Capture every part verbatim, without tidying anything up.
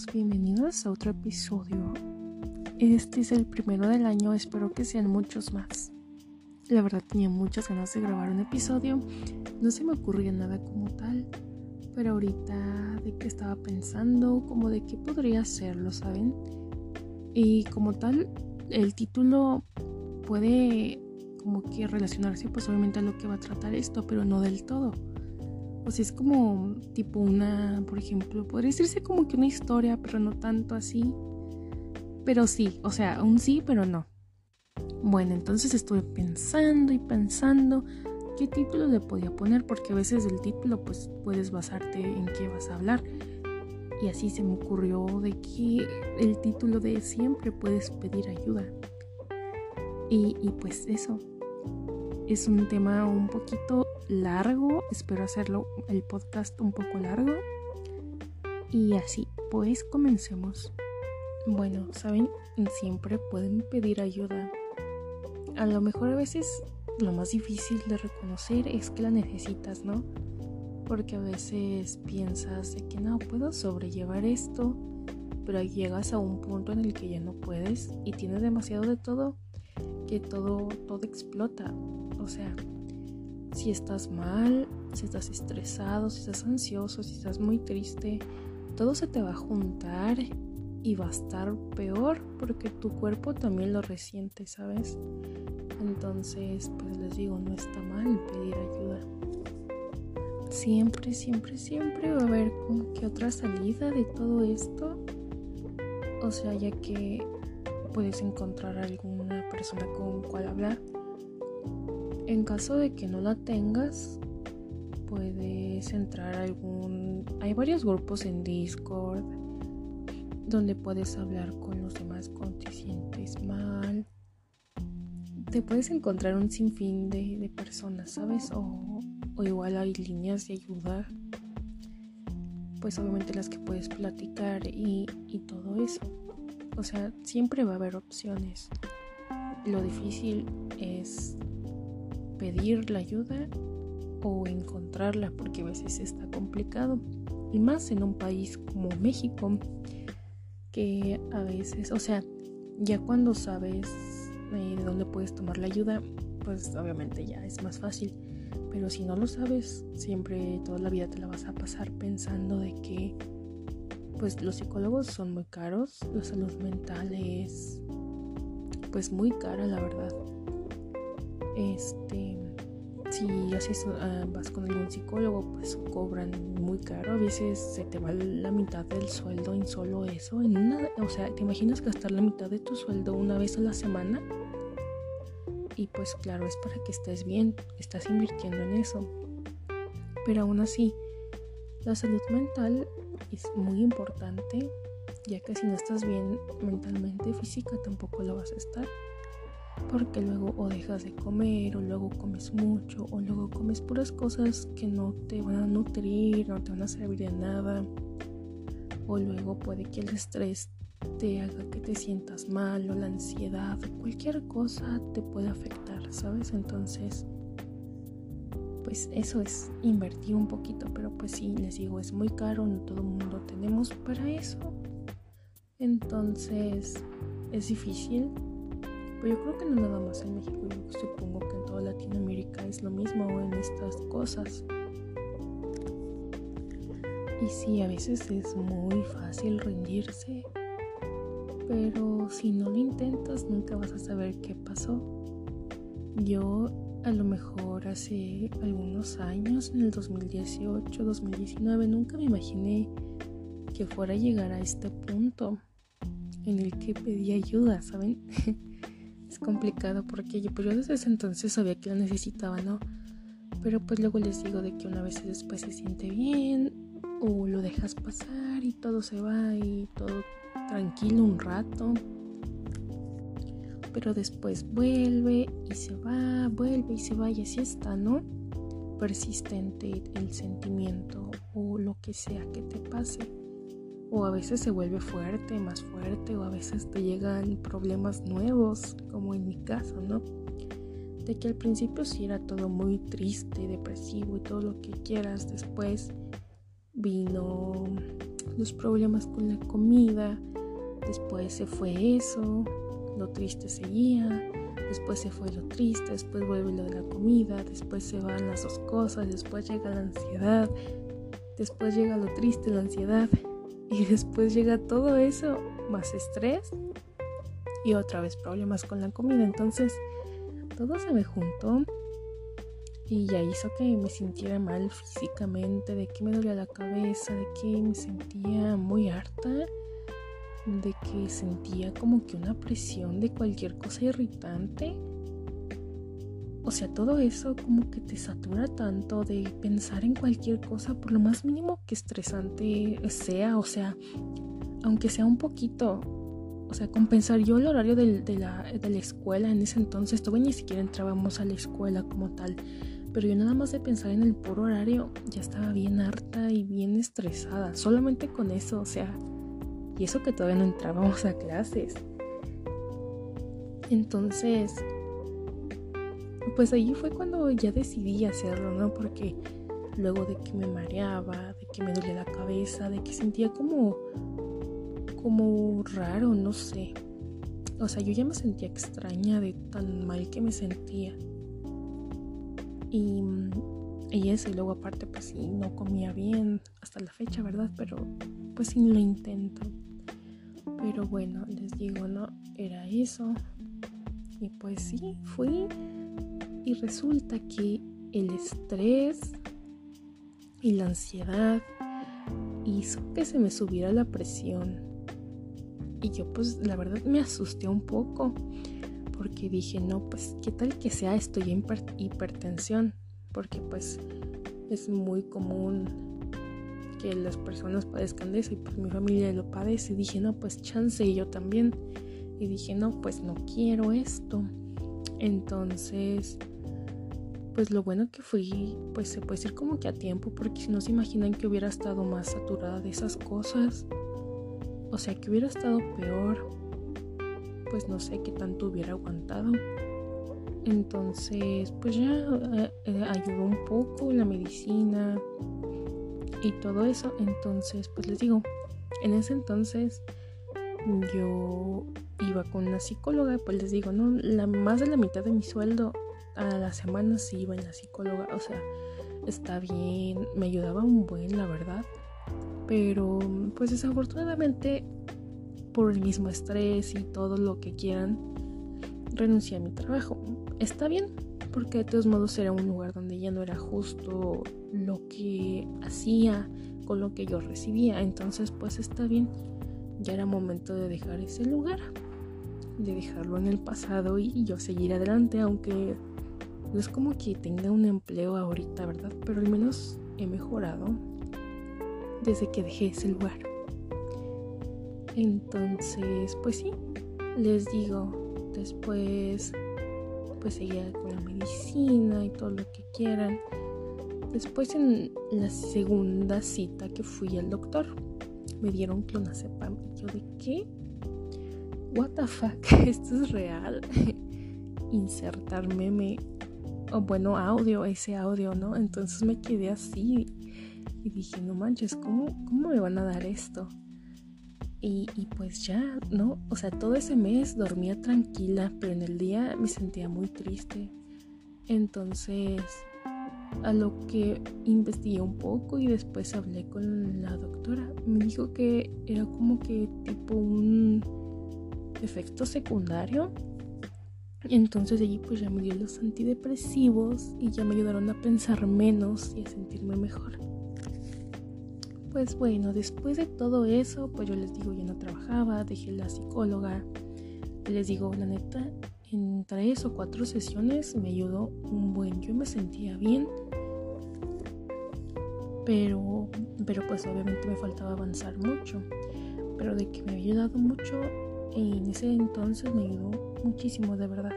todos, bienvenidos a otro episodio. Este es el primero del año, espero que sean muchos más. La verdad tenía muchas ganas de grabar un episodio, no se me ocurría nada como tal, pero ahorita de qué estaba pensando, como de qué podría hacerlo, ¿saben? Y como tal, el título puede como que relacionarse pues obviamente a lo que va a tratar esto, pero no del todo. O sea, es como tipo una, por ejemplo, podría decirse como que una historia, pero no tanto así. Pero sí, o sea, un sí, pero no. Bueno, entonces estuve pensando y pensando qué título le podía poner, porque a veces del título pues puedes basarte en qué vas a hablar. Y así se me ocurrió de que el título de siempre puedes pedir ayuda. Y, y pues eso. Es un tema un poquito largo, espero hacerlo el podcast un poco largo. Y así, pues comencemos. Bueno, saben, siempre pueden pedir ayuda. A lo mejor a veces lo más difícil de reconocer es que la necesitas, ¿no? Porque a veces piensas de que no, puedo sobrellevar esto, pero llegas a un punto en el que ya no puedes y tienes demasiado de todo, que todo, todo explota. O sea, si estás mal, si estás estresado, si estás ansioso, si estás muy triste, todo se te va a juntar y va a estar peor porque tu cuerpo también lo resiente, ¿sabes? Entonces, pues les digo, no está mal pedir ayuda. Siempre, siempre, siempre va a haber como que otra salida de todo esto. O sea, ya que puedes encontrar alguna persona con cual hablar. En caso de que no la tengas, puedes entrar a algún... Hay varios grupos en Discord donde puedes hablar con los demás cuando te sientes mal. Te puedes encontrar un sinfín de, de personas, ¿sabes? O, o igual hay líneas de ayuda. Pues obviamente las que puedes platicar y, y todo eso. O sea, siempre va a haber opciones. Lo difícil es pedir la ayuda o encontrarla, porque a veces está complicado, y más en un país como México, que a veces, o sea, ya cuando sabes eh, de dónde puedes tomar la ayuda, pues obviamente ya es más fácil, pero si no lo sabes, siempre toda la vida te la vas a pasar pensando de que pues los psicólogos son muy caros, la salud mental es pues muy cara, la verdad. Este, si haces, uh, vas con algún psicólogo, pues cobran muy caro. A veces se te va la mitad del sueldo en solo eso. En una, o sea, ¿te imaginas gastar la mitad de tu sueldo una vez a la semana? Y pues claro, es para que estés bien, estás invirtiendo en eso. Pero aún así, la salud mental es muy importante, ya que si no estás bien mentalmente, física tampoco lo vas a estar. Porque luego o dejas de comer, o luego comes mucho, o luego comes puras cosas que no te van a nutrir, no te van a servir de nada. O luego puede que el estrés te haga que te sientas mal, o la ansiedad, cualquier cosa te puede afectar, ¿sabes? Entonces, pues eso es invertir un poquito, pero pues sí, les digo, es muy caro, no todo el mundo tenemos para eso. Entonces, es difícil. Pero yo creo que no nada más en México, yo supongo que en toda Latinoamérica es lo mismo en estas cosas. Y sí, a veces es muy fácil rendirse, pero si no lo intentas nunca vas a saber qué pasó. Yo a lo mejor hace algunos años, en el dos mil dieciocho, dos mil diecinueve, nunca me imaginé que fuera a llegar a este punto en el que pedí ayuda, ¿saben? Es complicado porque yo, pues yo desde ese entonces sabía que lo necesitaba, ¿no? Pero pues luego les digo de que una vez después se siente bien o lo dejas pasar y todo se va y todo tranquilo un rato, pero después vuelve y se va, vuelve y se va y así está, ¿no? Persistente el sentimiento o lo que sea que te pase. O a veces se vuelve fuerte, más fuerte, o a veces te llegan problemas nuevos, como en mi caso, ¿no? De que al principio sí era todo muy triste, depresivo y todo lo que quieras. Después vino los problemas con la comida, después se fue eso, lo triste seguía, después se fue lo triste, después vuelve lo de la comida, después se van las dos cosas, después llega la ansiedad, después llega lo triste, la ansiedad, y después llega todo eso más estrés y otra vez problemas con la comida. Entonces todo se me juntó y ya hizo que me sintiera mal físicamente, de que me dolía la cabeza, de que me sentía muy harta, de que sentía como que una presión de cualquier cosa irritante. O sea, todo eso como que te satura tanto de pensar en cualquier cosa, por lo más mínimo que estresante sea. O sea, aunque sea un poquito, o sea, compensar. Yo el horario del, de, la, de la escuela en ese entonces, todavía ni siquiera entrábamos a la escuela como tal, pero yo nada más de pensar en el puro horario ya estaba bien harta y bien estresada, solamente con eso. O sea, y eso que todavía no entrábamos a clases. Entonces, pues ahí fue cuando ya decidí hacerlo, ¿no? Porque luego de que me mareaba, de que me dolía la cabeza, de que sentía como como raro, no sé. O sea, yo ya me sentía extraña de tan mal que me sentía. Y, y eso, y luego aparte pues sí, no comía bien hasta la fecha, ¿verdad? Pero pues sí lo intento. Pero bueno, les digo, ¿no? Era eso. Y pues sí, fui. Y resulta que el estrés y la ansiedad hizo que se me subiera la presión. Y yo pues la verdad me asusté un poco, porque dije, no, pues qué tal que sea esto ya hiper- hipertensión, porque pues es muy común que las personas padezcan de eso y pues mi familia lo padece. Y dije, no, pues chance, y yo también. Y dije, no, pues no quiero esto. Entonces, pues lo bueno que fui, pues se puede decir como que a tiempo, porque si no se imaginan que hubiera estado más saturada de esas cosas. O sea, que hubiera estado peor, pues no sé qué tanto hubiera aguantado. Entonces, pues ya eh, eh, ayudó un poco la medicina y todo eso. Entonces, pues les digo, en ese entonces yo iba con una psicóloga. Pues les digo, no, la, más de la mitad de mi sueldo a la semana sí iba en la psicóloga. O sea, está bien, me ayudaba un buen, la verdad. Pero pues desafortunadamente, por el mismo estrés y todo lo que quieran, renuncié a mi trabajo. Está bien, porque de todos modos era un lugar donde ya no era justo lo que hacía con lo que yo recibía. Entonces pues está bien, ya era momento de dejar ese lugar, de dejarlo en el pasado y, y yo seguir adelante. Aunque no es como que tenga un empleo ahorita, ¿verdad? Pero al menos he mejorado desde que dejé ese lugar. Entonces, pues sí, les digo, después pues seguía con la medicina y todo lo que quieran. Después, en la segunda cita que fui al doctor, me dieron clonazepam. Y yo, ¿de qué? What the fuck, ¿esto es real? Insertar meme, o bueno, audio, ese audio, ¿no? Entonces me quedé así y dije, no manches, ¿cómo, cómo me van a dar esto? Y, y pues ya, ¿no? O sea, todo ese mes dormía tranquila, pero en el día me sentía muy triste. Entonces, a lo que investigué un poco y después hablé con la doctora, me dijo que era como que tipo un efecto secundario. Entonces allí pues ya me dio los antidepresivos y ya me ayudaron a pensar menos y a sentirme mejor. Pues bueno, después de todo eso, pues yo les digo, ya no trabajaba, dejé la psicóloga. Les digo, la neta, en tres o cuatro sesiones me ayudó un buen. Yo me sentía bien, pero, pero pues obviamente me faltaba avanzar mucho. Pero de que me había ayudado mucho, en ese entonces me ayudó muchísimo, de verdad.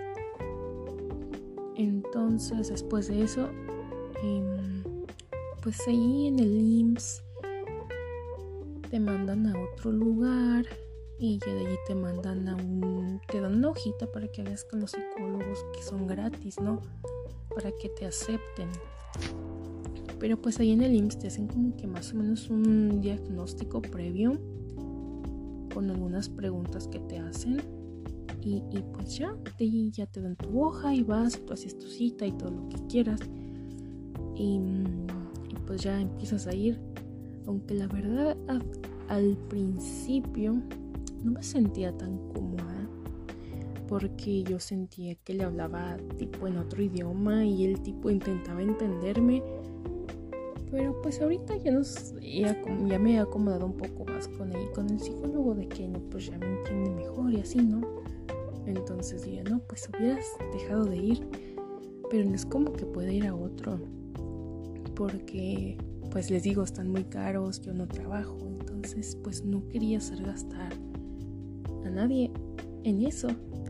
Entonces, después de eso, eh, pues ahí en el I M S S te mandan a otro lugar y ya de allí te mandan a un... te dan una hojita para que veas con los psicólogos, que son gratis, ¿no? Para que te acepten. Pero pues ahí en el I M S S te hacen como que más o menos un diagnóstico previo con algunas preguntas que te hacen y, y pues ya, de ahí ya te dan tu hoja y vas, tú haces tu cita y todo lo que quieras y, y pues ya empiezas a ir, aunque la verdad a, al principio no me sentía tan cómoda porque yo sentía que le hablaba tipo en otro idioma y el tipo intentaba entenderme. Pero pues ahorita ya, nos, ya, ya me he acomodado un poco más con él, con el psicólogo, de que no, pues ya me entiende mejor y así, ¿no? Entonces diría, no, pues hubieras dejado de ir, pero no es como que pueda ir a otro, porque pues les digo, están muy caros, yo no trabajo, entonces pues no quería hacer gastar a nadie en eso.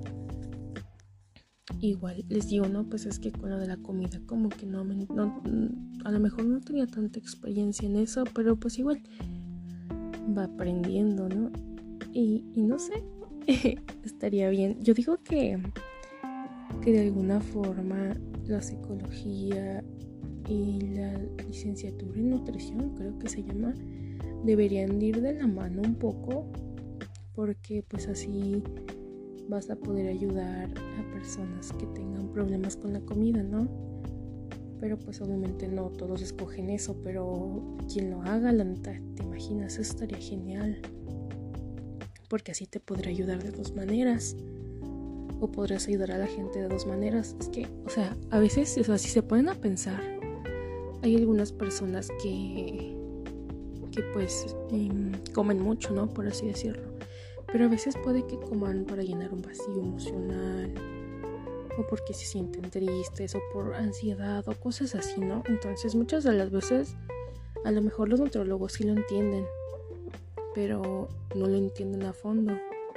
Igual les digo, no, pues es que con lo de la comida como que no, me, no a lo mejor no tenía tanta experiencia en eso, pero pues igual va aprendiendo, ¿no? Y, y no sé, estaría bien. Yo digo que, que de alguna forma la psicología y la licenciatura en nutrición, creo que se llama, deberían ir de la mano un poco, porque pues así vas a poder ayudar a personas que tengan problemas con la comida, ¿no? Pero pues obviamente no todos escogen eso, pero quien lo haga, la neta, te imaginas, eso estaría genial, porque así te podrá ayudar de dos maneras, o podrás ayudar a la gente de dos maneras. Es que, o sea, a veces, o sea, si se ponen a pensar, hay algunas personas que que pues eh, comen mucho, ¿no? Por así decirlo. Pero a veces puede que coman para llenar un vacío emocional, o porque se sienten tristes, o por ansiedad, o cosas así, ¿no? Entonces muchas de las veces a lo mejor los nutriólogos sí lo entienden, pero no lo entienden a fondo.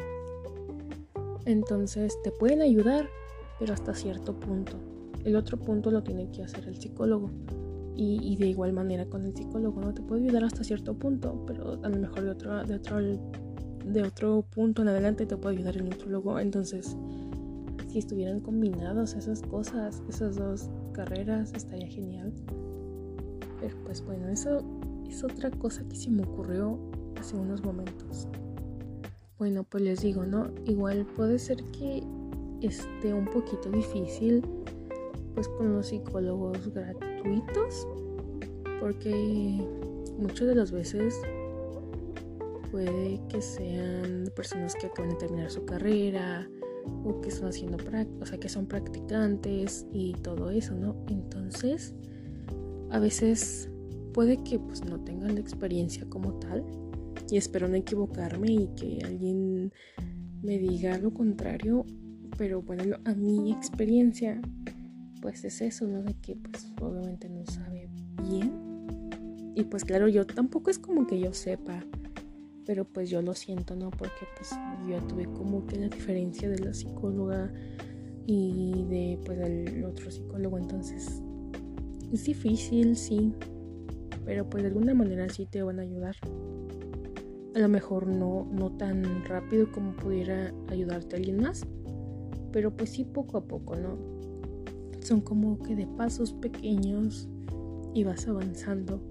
Entonces te pueden ayudar, pero hasta cierto punto. El otro punto lo tiene que hacer el psicólogo. Y, y de igual manera con el psicólogo, ¿no? Te puede ayudar hasta cierto punto, pero a lo mejor de otro, de otro, de otro punto en adelante te puede ayudar el nutriólogo. Entonces, si estuvieran combinadas esas cosas, esas dos carreras, estaría genial. Pero pues bueno, eso es otra cosa que se me ocurrió hace unos momentos. Bueno, pues les digo, ¿no? Igual puede ser que esté un poquito difícil pues con los psicólogos gratuitos, porque muchas de las veces puede que sean personas que acaban de terminar su carrera o que están haciendo práct- o sea que son practicantes y todo eso, ¿no? Entonces a veces puede que pues no tengan la experiencia como tal, y espero no equivocarme y que alguien me diga lo contrario, pero bueno, a mi experiencia pues es eso, ¿no? De que pues obviamente no sabe bien. Y pues claro, yo tampoco es como que yo sepa, pero pues yo lo siento, ¿no? Porque pues yo tuve como que la diferencia de la psicóloga y de pues del otro psicólogo. Entonces es difícil, sí, pero pues de alguna manera sí te van a ayudar. A lo mejor no, no tan rápido como pudiera ayudarte alguien más, pero pues sí poco a poco, ¿no? Son como que de pasos pequeños y vas avanzando.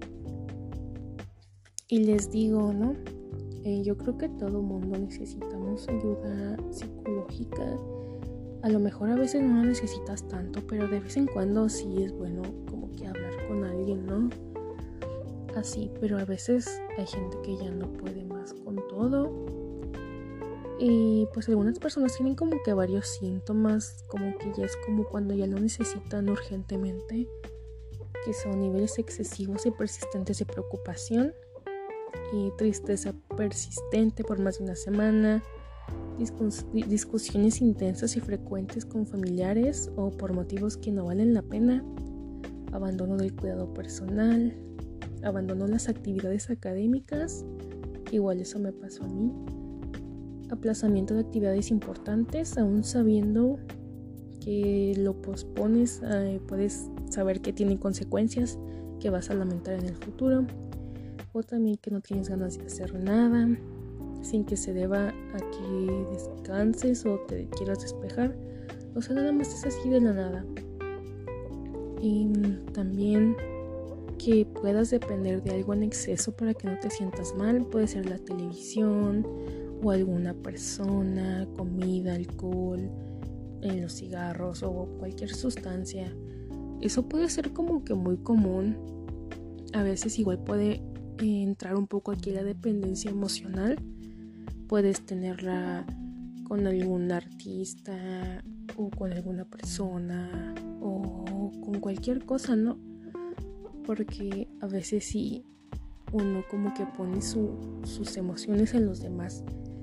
Y les digo, ¿no? Eh, yo creo que todo mundo necesitamos ayuda psicológica. A lo mejor a veces no la necesitas tanto, pero de vez en cuando sí es bueno como que hablar con alguien, ¿no? Así, pero a veces hay gente que ya no puede más con todo. Y pues algunas personas tienen como que varios síntomas, como que ya es como cuando ya lo necesitan urgentemente, que son niveles excesivos y persistentes de preocupación y tristeza persistente por más de una semana, discus- discusiones intensas y frecuentes con familiares o por motivos que no valen la pena, abandono del cuidado personal, abandono las actividades académicas, igual eso me pasó a mí, aplazamiento de actividades importantes, aún sabiendo que lo pospones, eh, puedes saber que tiene consecuencias que vas a lamentar en el futuro, o también que no tienes ganas de hacer nada sin que se deba a que descanses o te quieras despejar, o sea, nada más es así de la nada. Y también que puedas depender de algo en exceso para que no te sientas mal. Puede ser la televisión o alguna persona, comida, alcohol, en los cigarros o cualquier sustancia. Eso puede ser como que muy común. A veces igual puede eh, entrar un poco aquí la dependencia emocional. Puedes tenerla con algún artista o con alguna persona o con cualquier cosa, ¿no? Porque a veces sí uno como que pone su, sus emociones en los demás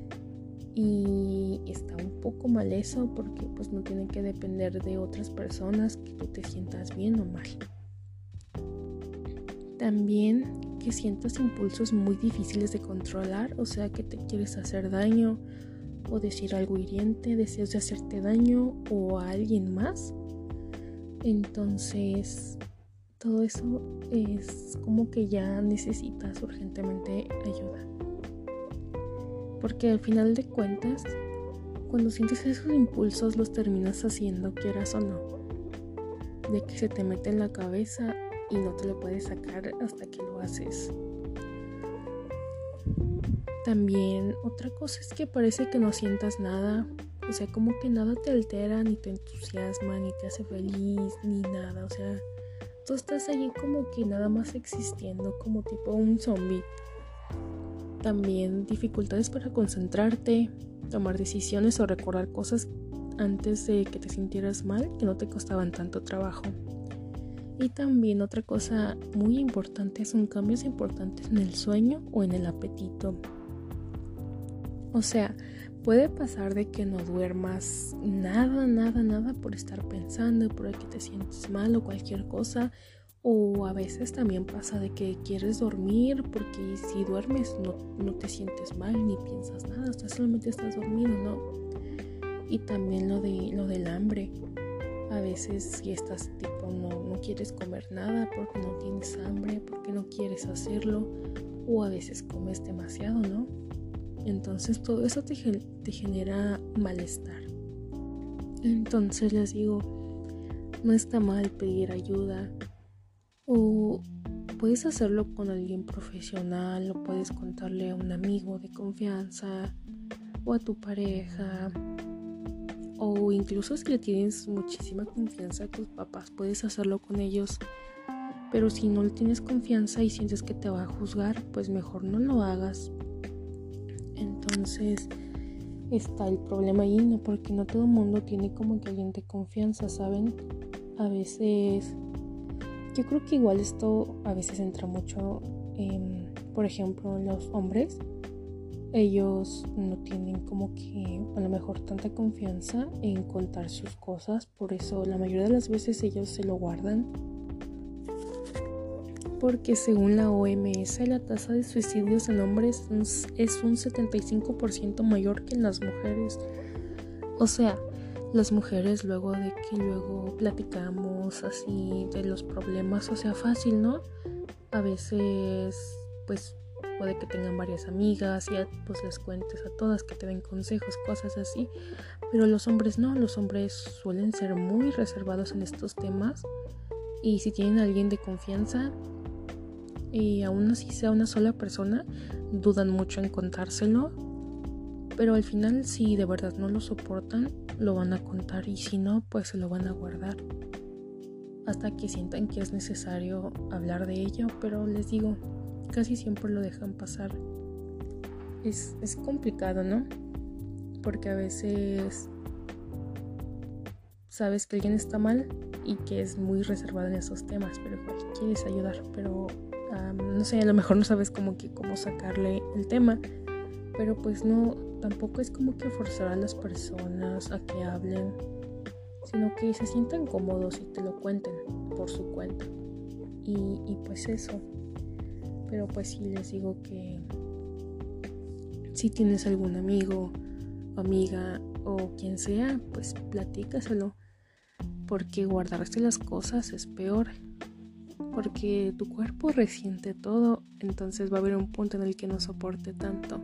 y está un poco mal eso, porque pues no tiene que depender de otras personas que tú te sientas bien o mal. También que sientas impulsos muy difíciles de controlar, o sea que te quieres hacer daño o decir algo hiriente, deseos de hacerte daño o a alguien más. Entonces todo eso es como que ya necesitas urgentemente ayuda, porque al final de cuentas cuando sientes esos impulsos los terminas haciendo, quieras o no, de que se te mete en la cabeza y no te lo puedes sacar hasta que lo haces. También otra cosa es que parece que no sientas nada, o sea, como que nada te altera, ni te entusiasma, ni te hace feliz, ni nada, o sea, tú estás allí como que nada más existiendo, como tipo un zombie. También dificultades para concentrarte, tomar decisiones o recordar cosas antes de que te sintieras mal, que no te costaban tanto trabajo. Y también otra cosa muy importante son cambios importantes en el sueño o en el apetito. O sea, puede pasar de que no duermas nada, nada, nada por estar pensando, por que te sientes mal o cualquier cosa. O a veces también pasa de que quieres dormir porque si duermes no, no te sientes mal ni piensas nada, hasta solamente estás dormido, ¿no? Y también lo de lo del hambre. A veces si estás tipo no, no quieres comer nada porque no tienes hambre, porque no quieres hacerlo, o a veces comes demasiado, ¿no? Entonces todo eso te, te genera malestar. Entonces les digo, no está mal pedir ayuda, o puedes hacerlo con alguien profesional, o puedes contarle a un amigo de confianza o a tu pareja, o incluso si le tienes muchísima confianza a tus papás, puedes hacerlo con ellos. Pero si no le tienes confianza y sientes que te va a juzgar, pues mejor no lo hagas. Entonces está el problema ahí, ¿no? Porque no todo el mundo tiene como que alguien de confianza, ¿saben? A veces, yo creo que igual esto a veces entra mucho en, por ejemplo, los hombres. Ellos no tienen como que a lo mejor tanta confianza en contar sus cosas, por eso la mayoría de las veces ellos se lo guardan. Porque según la O M S, la tasa de suicidios en hombres es un setenta y cinco por ciento mayor que en las mujeres. O sea, las mujeres luego de que luego platicamos así de los problemas, o sea, fácil, ¿no? A veces, pues, puede que tengan varias amigas y ya, pues les cuentes a todas que te den consejos, cosas así. Pero los hombres no, los hombres suelen ser muy reservados en estos temas. Y si tienen a alguien de confianza, y aún así sea una sola persona, dudan mucho en contárselo, pero al final si de verdad no lo soportan, lo van a contar, y si no, pues se lo van a guardar hasta que sientan que es necesario hablar de ello. Pero les digo, casi siempre lo dejan pasar. Es, es complicado, ¿no? Porque a veces sabes que alguien está mal y que es muy reservado en esos temas, pero igual quieres ayudar, pero Um, no sé, a lo mejor no sabes como que cómo sacarle el tema, pero pues no, tampoco es como que forzar a las personas a que hablen, sino que se sientan cómodos y te lo cuenten por su cuenta, y, y pues eso. Pero pues sí les digo que si tienes algún amigo o amiga o quien sea, pues platícaselo, porque guardarse las cosas es peor. Porque tu cuerpo resiente todo, entonces va a haber un punto en el que no soporte tanto.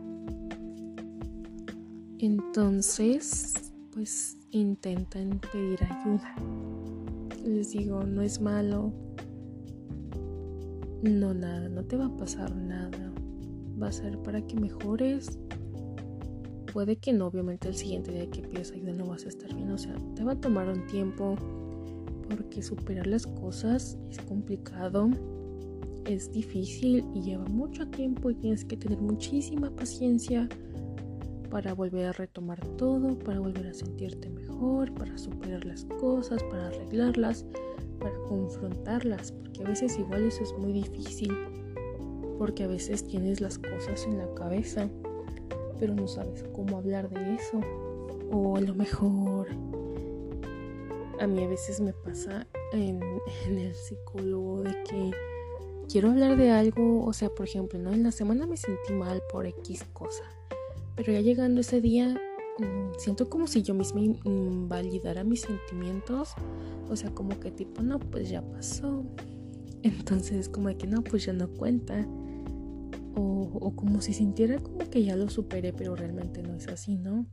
Entonces, pues intenten pedir ayuda. Les digo, no es malo. no, nada, no te va a pasar nada. Va a ser para que mejores. Puede que no, obviamente el siguiente día que pides ayuda no vas a estar bien. O sea, te va a tomar un tiempo, porque superar las cosas es complicado, es difícil y lleva mucho tiempo y tienes que tener muchísima paciencia para volver a retomar todo, para volver a sentirte mejor, para superar las cosas, para arreglarlas, para confrontarlas, porque a veces igual eso es muy difícil, porque a veces tienes las cosas en la cabeza, pero no sabes cómo hablar de eso, o a lo mejor a mí a veces me pasa en, en el psicólogo de que quiero hablar de algo, o sea, por ejemplo, ¿no? En la semana me sentí mal por X cosa, pero ya llegando ese día mmm, siento como si yo misma invalidara mis sentimientos, o sea, como que tipo, no, pues ya pasó, entonces como de que no, pues ya no cuenta, o, o como si sintiera como que ya lo superé, pero realmente no es así, ¿no?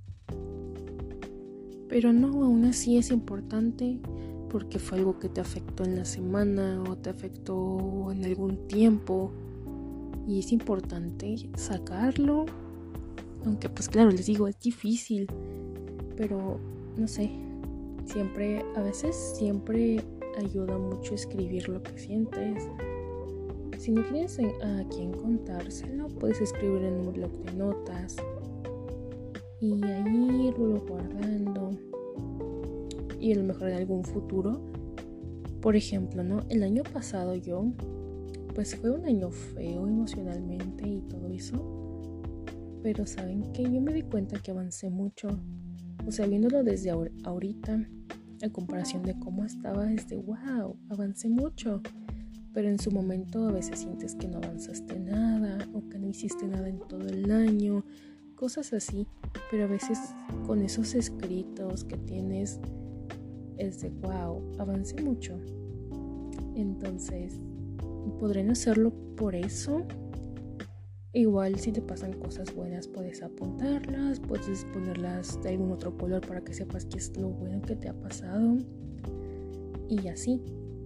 Pero no, aún así es importante porque fue algo que te afectó en la semana o te afectó en algún tiempo y es importante sacarlo, aunque pues claro, les digo, es difícil, pero no sé, siempre, a veces siempre ayuda mucho escribir lo que sientes. Si no tienes a quien contárselo, puedes escribir en un blog de notas y ahí irlo guardando, y a lo mejor en algún futuro, por ejemplo, ¿no? El año pasado yo, pues fue un año feo emocionalmente y todo eso, pero ¿saben qué? Yo me di cuenta que avancé mucho, o sea, viéndolo desde ahor- ahorita, a comparación de cómo estaba, es de wow, avancé mucho, pero en su momento a veces sientes que no avanzaste nada, o que no hiciste nada en todo el año, cosas así, pero a veces con esos escritos que tienes es de wow, avancé mucho. Entonces, podrán hacerlo por eso. Igual si te pasan cosas buenas puedes apuntarlas, puedes ponerlas de algún otro color para que sepas qué es lo bueno que te ha pasado y así.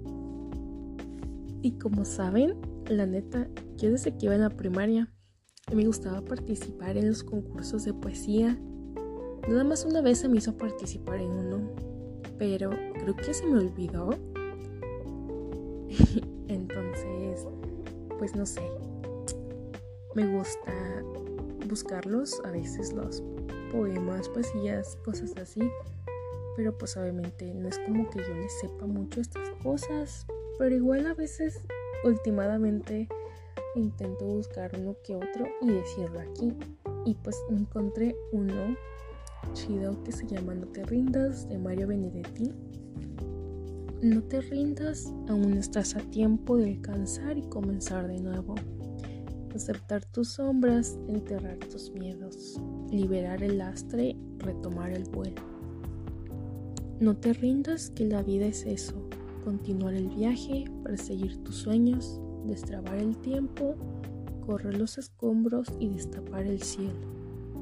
Y como saben, la neta, yo desde que iba en la primaria me gustaba participar en los concursos de poesía. Nada más una vez se me hizo participar en uno, pero creo que se me olvidó. Entonces, pues no sé, me gusta buscarlos, a veces los poemas, poesías, cosas así, pero pues obviamente no es como que yo les sepa mucho estas cosas, pero igual a veces últimamente intento buscar uno que otro y decirlo aquí, y pues encontré uno chido que se llama No te rindas, de Mario Benedetti. No te rindas, aún estás a tiempo de alcanzar y comenzar de nuevo. Aceptar tus sombras, enterrar tus miedos, liberar el lastre, retomar el vuelo. No te rindas, que la vida es eso, continuar el viaje, perseguir tus sueños, destrabar el tiempo, correr los escombros y destapar el cielo.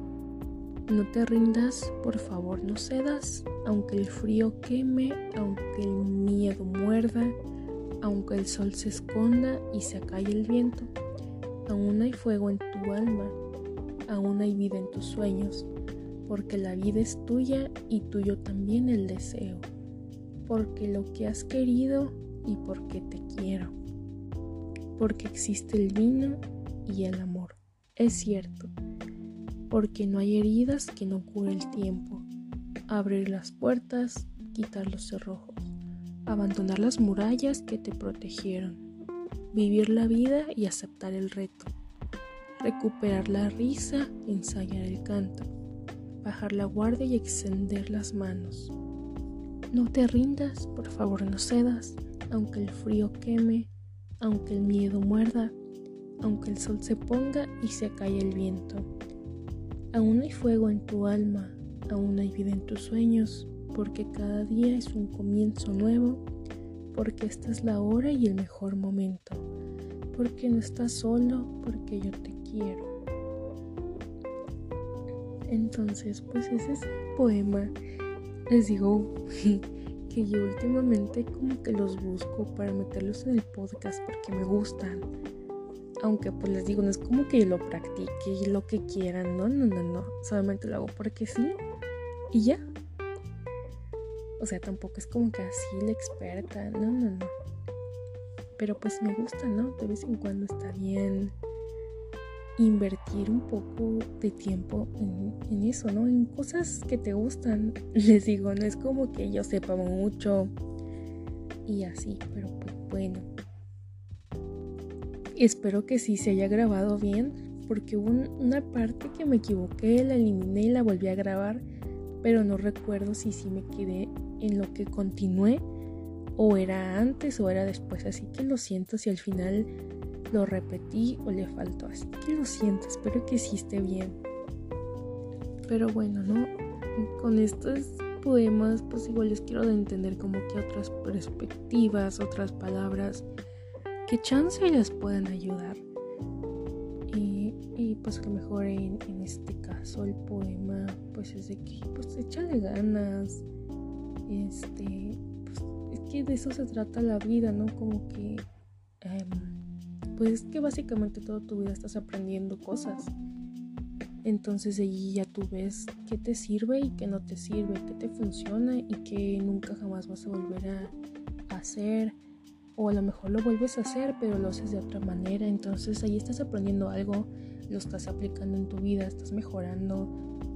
No te rindas, por favor no cedas, aunque el frío queme, aunque el miedo muerda, aunque el sol se esconda y se acalle el viento. Aún hay fuego en tu alma, aún hay vida en tus sueños, porque la vida es tuya y tuyo también el deseo, porque lo que has querido y porque te quiero, porque existe el vino y el amor, es cierto, porque no hay heridas que no cure el tiempo, abrir las puertas, quitar los cerrojos, abandonar las murallas que te protegieron, vivir la vida y aceptar el reto, recuperar la risa, ensayar el canto, bajar la guardia y extender las manos. No te rindas, por favor no cedas, aunque el frío queme, aunque el miedo muerda, aunque el sol se ponga y se acalle el viento. Aún hay fuego en tu alma, aún hay vida en tus sueños, porque cada día es un comienzo nuevo, porque esta es la hora y el mejor momento, porque no estás solo, porque yo te quiero. Entonces, pues ese es el poema. Les digo que yo últimamente como que los busco para meterlos en el podcast porque me gustan. Aunque pues les digo, no es como que yo lo practique y lo que quieran, no, no, no, no. Solamente lo hago porque sí y ya. O sea, tampoco es como que así la experta, no, no, no. Pero pues me gusta, ¿no? De vez en cuando está bien invertir un poco de tiempo en, en eso, ¿no? En cosas que te gustan. Les digo, no es como que yo sepa mucho y así, pero pues bueno. Espero que sí se haya grabado bien, porque hubo un, una parte que me equivoqué, la eliminé y la volví a grabar, pero no recuerdo si sí me quedé en lo que continué o era antes o era después, así que lo siento si al final lo repetí o le faltó, así que lo siento, espero que sí esté bien. Pero bueno, ¿no? Con estos poemas pues igual les quiero de entender como que otras perspectivas, otras palabras que chance les puedan ayudar. Y, y pues a lo mejor en, en este caso el poema pues es de que pues échale ganas, este pues es que de eso se trata la vida, ¿no? Como que um, pues que básicamente toda tu vida estás aprendiendo cosas. Entonces allí ya tú ves qué te sirve y qué no te sirve, qué te funciona y qué nunca jamás vas a volver a hacer. O a lo mejor lo vuelves a hacer, pero lo haces de otra manera. Entonces ahí estás aprendiendo algo, lo estás aplicando en tu vida, estás mejorando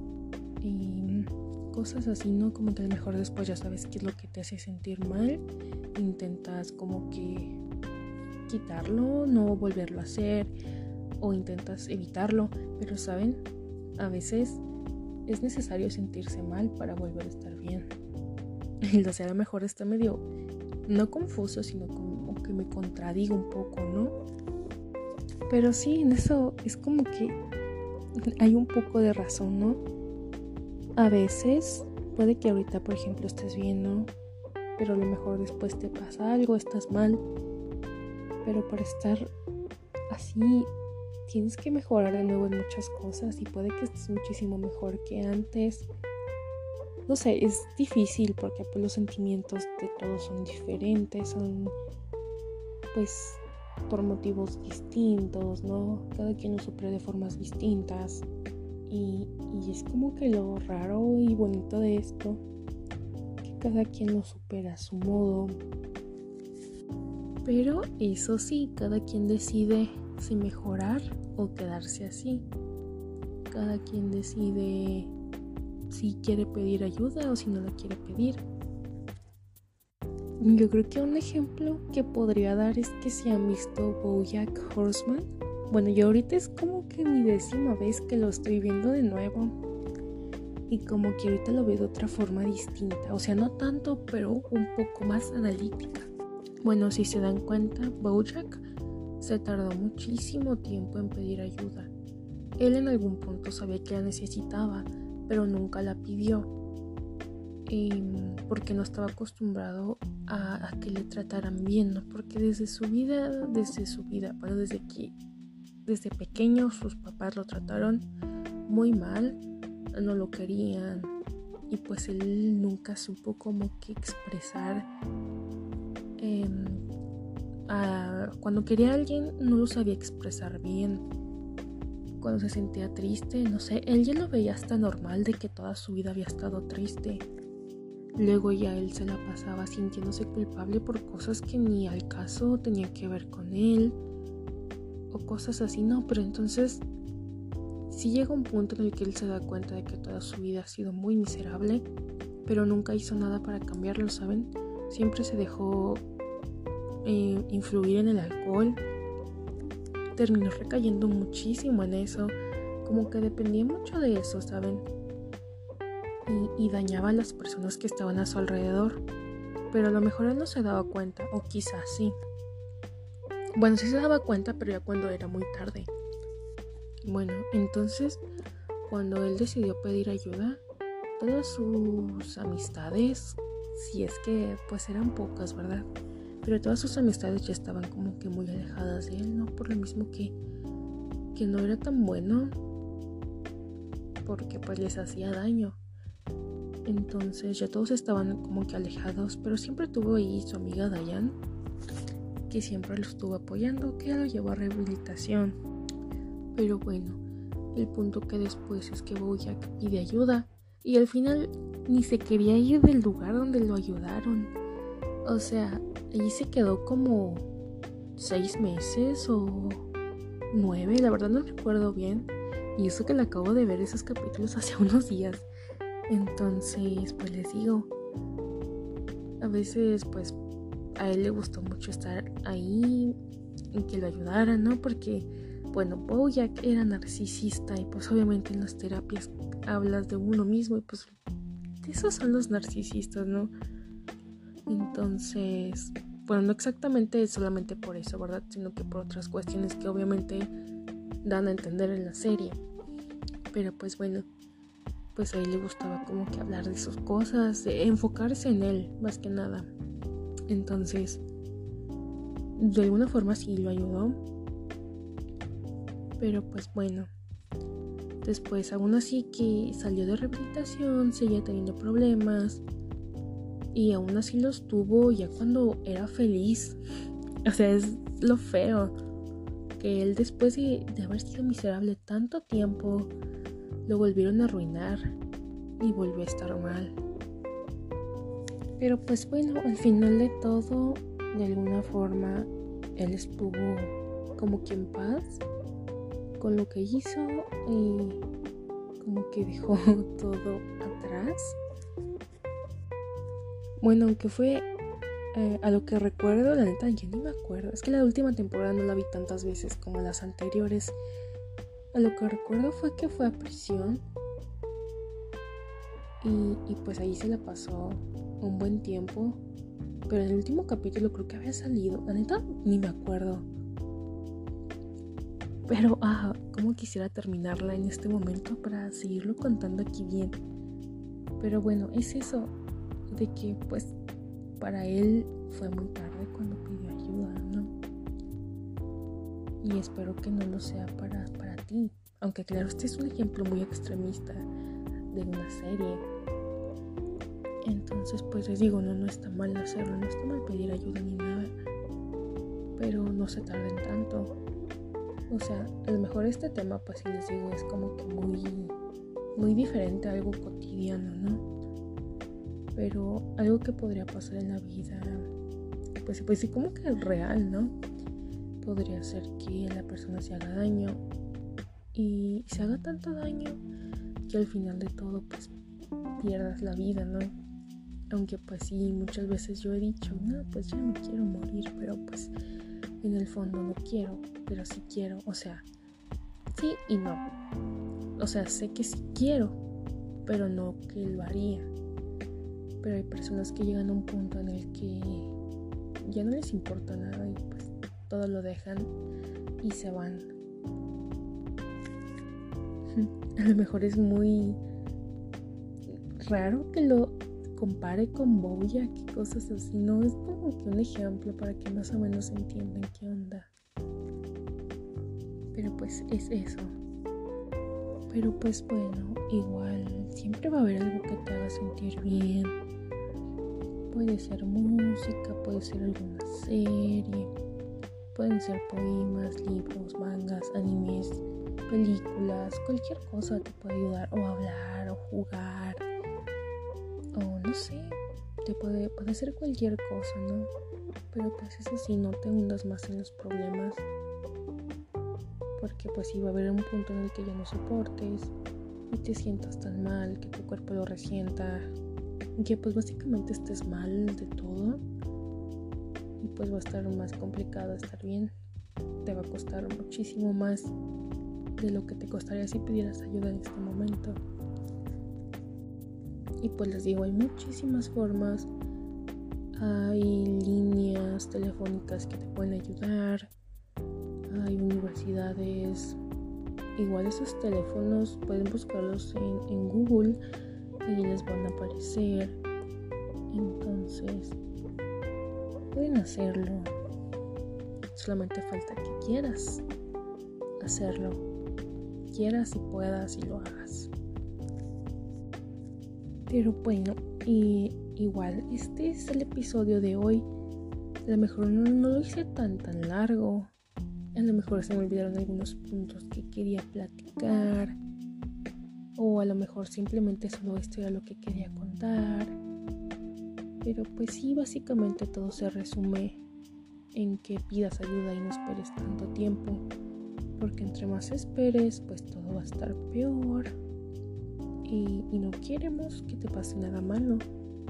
y cosas así, ¿no? Como que a lo mejor después ya sabes qué es lo que te hace sentir mal, intentas como que quitarlo, no volverlo a hacer o intentas evitarlo, pero saben, a veces es necesario sentirse mal para volver a estar bien. Y o sea, a lo mejor está medio no confuso, sino como que me contradigo un poco, ¿no? Pero sí, en eso es como que hay un poco de razón, ¿no? A veces puede que ahorita, por ejemplo, estés bien, ¿no? Pero a lo mejor después te pasa algo, estás mal. Pero para estar así tienes que mejorar de nuevo en muchas cosas y puede que estés muchísimo mejor que antes. No sé, es difícil porque pues los sentimientos de todos son diferentes, son pues por motivos distintos, ¿no? Cada quien lo sufre de formas distintas y, y es como que lo raro y bonito de esto, que cada quien lo supera a su modo. Pero eso sí, cada quien decide si mejorar o quedarse así. Cada quien decide si quiere pedir ayuda o si no la quiere pedir. Yo creo que un ejemplo que podría dar es que si han visto BoJack Horseman. Bueno, yo ahorita es como que mi décima vez que lo estoy viendo de nuevo. Y como que ahorita lo veo de otra forma distinta. O sea, no tanto, pero un poco más analítica. Bueno, si se dan cuenta, BoJack se tardó muchísimo tiempo en pedir ayuda. Él en algún punto sabía que la necesitaba, pero nunca la pidió, eh, porque no estaba acostumbrado a, a que le trataran bien, ¿no? Porque desde su vida, desde su vida, bueno, desde que desde pequeño sus papás lo trataron muy mal, no lo querían, y pues él nunca supo como que expresar eh, a, cuando quería a alguien no lo sabía expresar bien. Cuando se sentía triste, no sé, él ya lo veía hasta normal de que toda su vida había estado triste. Luego ya él se la pasaba sintiéndose culpable por cosas que ni al caso tenían que ver con él o cosas así, no, pero entonces sí llega un punto en el que él se da cuenta de que toda su vida ha sido muy miserable, pero nunca hizo nada para cambiarlo, ¿saben? Siempre se dejó eh, influir en el alcohol. Terminó recayendo muchísimo en eso, como que dependía mucho de eso, ¿saben? Y, y dañaba a las personas que estaban a su alrededor, pero a lo mejor él no se daba cuenta, o quizás sí. Bueno, sí se daba cuenta, pero ya cuando era muy tarde. Bueno, entonces, cuando él decidió pedir ayuda, todas sus amistades, si es que pues eran pocas, ¿verdad? Pero todas sus amistades ya estaban como que muy alejadas de él, ¿no? Por lo mismo que, que no era tan bueno, porque pues les hacía daño. Entonces ya todos estaban como que alejados, pero siempre tuvo ahí su amiga Diane, que siempre lo estuvo apoyando, que lo llevó a rehabilitación. Pero bueno, el punto que después es que Bojack pide ayuda y al final ni se quería ir del lugar donde lo ayudaron. O sea, allí se quedó como seis meses o nueve, la verdad no recuerdo bien. Y eso que le acabo de ver esos capítulos hace unos días. Entonces, pues les digo, a veces pues a él le gustó mucho estar ahí y que lo ayudaran, ¿no? Porque, bueno, Bojack era narcisista y pues obviamente en las terapias hablas de uno mismo y pues esos son los narcisistas, ¿no? Entonces, bueno, no exactamente solamente por eso, ¿verdad? Sino que por otras cuestiones que obviamente dan a entender en la serie. Pero pues bueno, pues a él le gustaba como que hablar de sus cosas, de enfocarse en él, más que nada. Entonces, de alguna forma sí lo ayudó. Pero pues bueno, después aún así que salió de rehabilitación, seguía teniendo problemas. Y aún así los tuvo ya cuando era feliz. O sea, es lo feo. Que él después de, de haber sido miserable tanto tiempo, lo volvieron a arruinar. Y volvió a estar mal. Pero pues bueno, al final de todo, de alguna forma, él estuvo como que en paz con lo que hizo. Y como que dejó todo atrás. Bueno, aunque fue eh, a lo que recuerdo, la neta yo ni me acuerdo. Es que la última temporada no la vi tantas veces como las anteriores. A lo que recuerdo fue que fue a prisión. Y, y pues ahí se la pasó un buen tiempo. Pero en el último capítulo creo que había salido. La neta ni me acuerdo. Pero, ah, cómo quisiera terminarla en este momento para seguirlo contando aquí bien. Pero bueno, es eso. De que pues para él fue muy tarde cuando pidió ayuda, ¿no? Y espero que no lo sea para, para ti. Aunque claro, este es un ejemplo muy extremista de una serie. Entonces pues les digo, no, no está mal hacerlo, no está mal pedir ayuda ni nada. Pero no se tarden tanto. O sea, a lo mejor este tema pues si les digo es como que muy, muy diferente a algo cotidiano, ¿no? Pero algo que podría pasar en la vida, pues, pues sí, como que es real, ¿no? Podría ser que la persona se haga daño y se haga tanto daño que al final de todo, pues, pierdas la vida, ¿no? Aunque, pues sí, muchas veces yo he dicho, no, pues ya no quiero morir, pero pues en el fondo no quiero, pero sí quiero, o sea, sí y no. O sea, sé que sí quiero, pero no que lo haría. Pero hay personas que llegan a un punto en el que ya no les importa nada y pues todo lo dejan y se van. A lo mejor es muy raro que lo compare con Bojack y cosas así, no es como que un ejemplo para que más o menos entiendan qué onda. Pero pues es eso. Pero pues bueno, igual siempre va a haber algo que te haga sentir bien. Puede ser música, puede ser alguna serie, pueden ser poemas, libros, mangas, animes, películas, cualquier cosa te puede ayudar, o hablar, o jugar, o no sé, te puede, puede ser cualquier cosa, ¿no? Pero pues eso sí, no te hundas más en los problemas, porque pues sí va a haber un punto en el que ya no soportes y te sientas tan mal, que tu cuerpo lo resienta, que pues básicamente estés mal de todo y pues va a estar más complicado estar bien. Te va a costar muchísimo más de lo que te costaría si pidieras ayuda en este momento. Y pues les digo, hay muchísimas formas. Hay líneas telefónicas que te pueden ayudar. Hay universidades. Igual esos teléfonos pueden buscarlos en, en Google. Y les van a aparecer. Entonces pueden hacerlo. Solamente falta que quieras hacerlo. Quieras y puedas y lo hagas. Pero bueno, y igual este es el episodio de hoy. A lo mejor no, no lo hice tan tan largo. A lo mejor se me olvidaron algunos puntos que quería platicar. O a lo mejor simplemente solo esto era lo que quería contar. Pero pues sí, básicamente todo se resume en que pidas ayuda y no esperes tanto tiempo. Porque entre más esperes, pues todo va a estar peor. Y, y no queremos que te pase nada malo.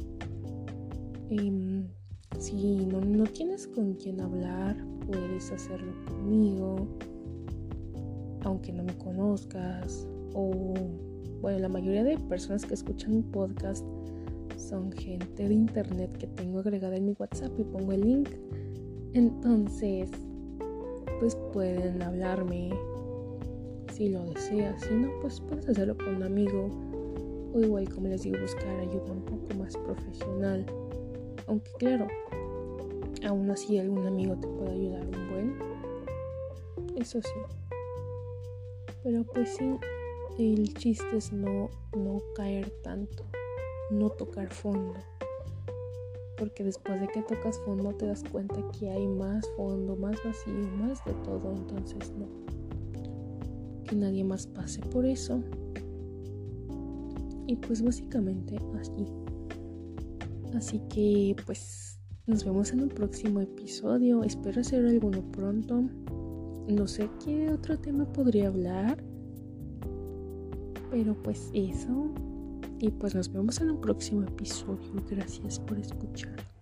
Y, si no, no tienes con quién hablar, puedes hacerlo conmigo, aunque no me conozcas. O bueno, la mayoría de personas que escuchan mi podcast son gente de internet que tengo agregada en mi WhatsApp y pongo el link. Entonces, pues pueden hablarme si lo deseas. Si no, pues puedes hacerlo con un amigo. O igual, como les digo, buscar ayuda un poco más profesional. Aunque claro, aún así algún amigo te puede ayudar un buen. Eso sí. Pero pues sí, el chiste es no, no caer tanto. No tocar fondo. Porque después de que tocas fondo te das cuenta que hay más fondo, más vacío, más de todo. Entonces no. Que nadie más pase por eso. Y pues básicamente así. Así que pues nos vemos en un próximo episodio. Espero hacer alguno pronto. No sé qué otro tema podría hablar. Pero pues eso. Y pues nos vemos en un próximo episodio. Gracias por escuchar.